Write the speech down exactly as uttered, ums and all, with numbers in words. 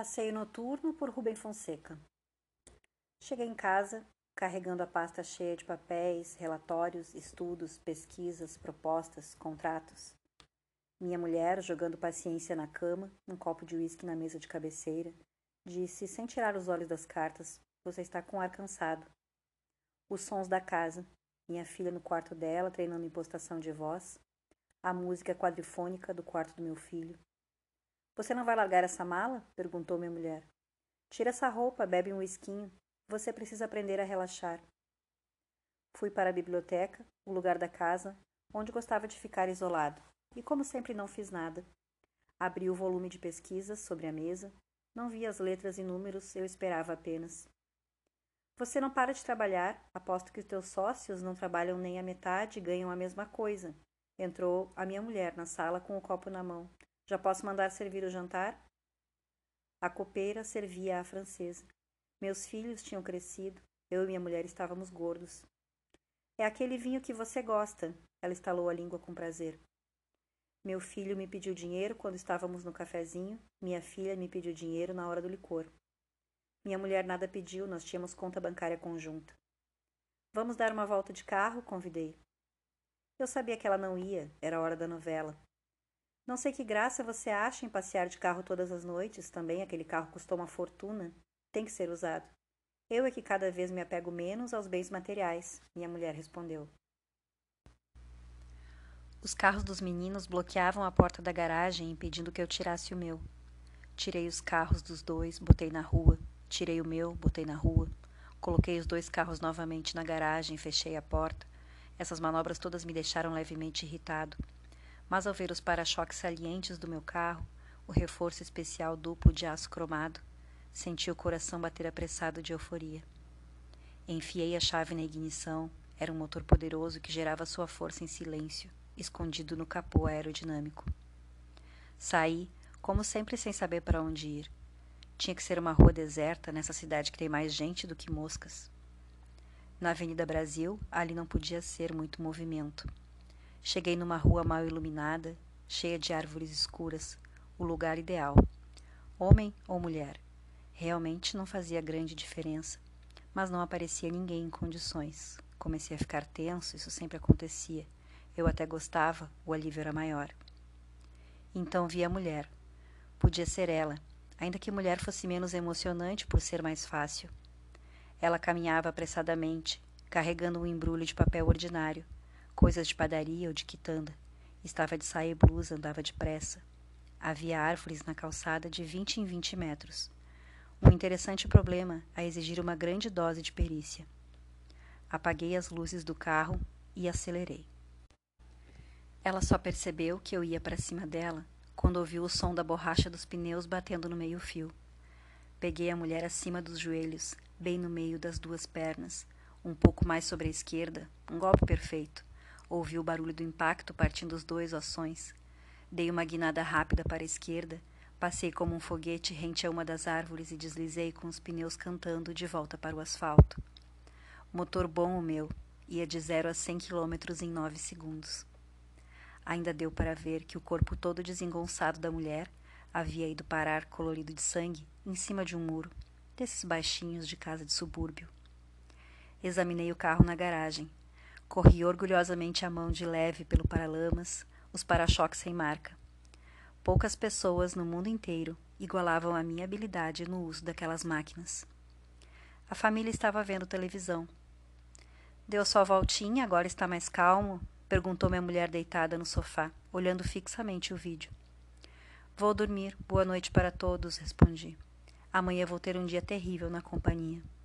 Passeio noturno por Rubem Fonseca. Cheguei em casa, carregando a pasta cheia de papéis, relatórios, estudos, pesquisas, propostas, contratos. Minha mulher, jogando paciência na cama, um copo de uísque na mesa de cabeceira, disse, sem tirar os olhos das cartas, você está com o ar cansado. Os sons da casa, minha filha no quarto dela, treinando impostação de voz, a música quadrifônica do quarto do meu filho. Você não vai largar essa mala? Perguntou minha mulher. Tira essa roupa, bebe um uisquinho. Você precisa aprender a relaxar. Fui para a biblioteca, o lugar da casa, onde gostava de ficar isolado. E como sempre não fiz nada. Abri o volume de pesquisas sobre a mesa. Não vi as letras e números, eu esperava apenas. Você não para de trabalhar, aposto que os teus sócios não trabalham nem a metade e ganham a mesma coisa. Entrou a minha mulher na sala com o copo na mão. Já posso mandar servir o jantar? A copeira servia à francesa. Meus filhos tinham crescido, eu e minha mulher estávamos gordos. É aquele vinho que você gosta, ela estalou a língua com prazer. Meu filho me pediu dinheiro quando estávamos no cafezinho, minha filha me pediu dinheiro na hora do licor. Minha mulher nada pediu, nós tínhamos conta bancária conjunta. Vamos dar uma volta de carro? Convidei. Eu sabia que ela não ia, era a hora da novela. Não sei que graça você acha em passear de carro todas as noites, também aquele carro custou uma fortuna. Tem que ser usado. Eu é que cada vez me apego menos aos bens materiais, minha mulher respondeu. Os carros dos meninos bloqueavam a porta da garagem, impedindo que eu tirasse o meu. Tirei os carros dos dois, botei na rua. Tirei o meu, botei na rua. Coloquei os dois carros novamente na garagem, fechei a porta. Essas manobras todas me deixaram levemente irritado. Mas ao ver os para-choques salientes do meu carro, o reforço especial duplo de aço cromado, senti o coração bater apressado de euforia. Enfiei a chave na ignição, era um motor poderoso que gerava sua força em silêncio, escondido no capô aerodinâmico. Saí, como sempre sem saber para onde ir. Tinha que ser uma rua deserta nessa cidade que tem mais gente do que moscas. Na Avenida Brasil, ali não podia ser muito movimento. Cheguei numa rua mal iluminada, cheia de árvores escuras, o lugar ideal. Homem ou mulher? Realmente não fazia grande diferença, mas não aparecia ninguém em condições. Comecei a ficar tenso, isso sempre acontecia. Eu até gostava, o alívio era maior. Então vi a mulher. Podia ser ela, ainda que mulher fosse menos emocionante por ser mais fácil. Ela caminhava apressadamente, carregando um embrulho de papel ordinário. Coisas de padaria ou de quitanda. Estava de saia e blusa, andava depressa. Havia árvores na calçada de vinte em vinte metros. Um interessante problema a exigir uma grande dose de perícia. Apaguei as luzes do carro e acelerei. Ela só percebeu que eu ia para cima dela quando ouviu o som da borracha dos pneus batendo no meio-fio. Peguei a mulher acima dos joelhos, bem no meio das duas pernas, um pouco mais sobre a esquerda, um golpe perfeito. Ouvi o barulho do impacto partindo os dois osões. Dei uma guinada rápida para a esquerda, passei como um foguete rente a uma das árvores e deslizei com os pneus cantando de volta para o asfalto. Motor bom o meu, ia de zero a cem quilômetros em nove segundos. Ainda deu para ver que o corpo todo desengonçado da mulher havia ido parar, colorido de sangue, em cima de um muro, desses baixinhos de casa de subúrbio. Examinei o carro na garagem. Corri orgulhosamente a mão de leve pelo paralamas, os para-choques sem marca. Poucas pessoas no mundo inteiro igualavam a minha habilidade no uso daquelas máquinas. A família estava vendo televisão. Deu sua voltinha, agora está mais calmo? Perguntou minha mulher deitada no sofá, olhando fixamente o vídeo. Vou dormir. Boa noite para todos, respondi. Amanhã vou ter um dia terrível na companhia.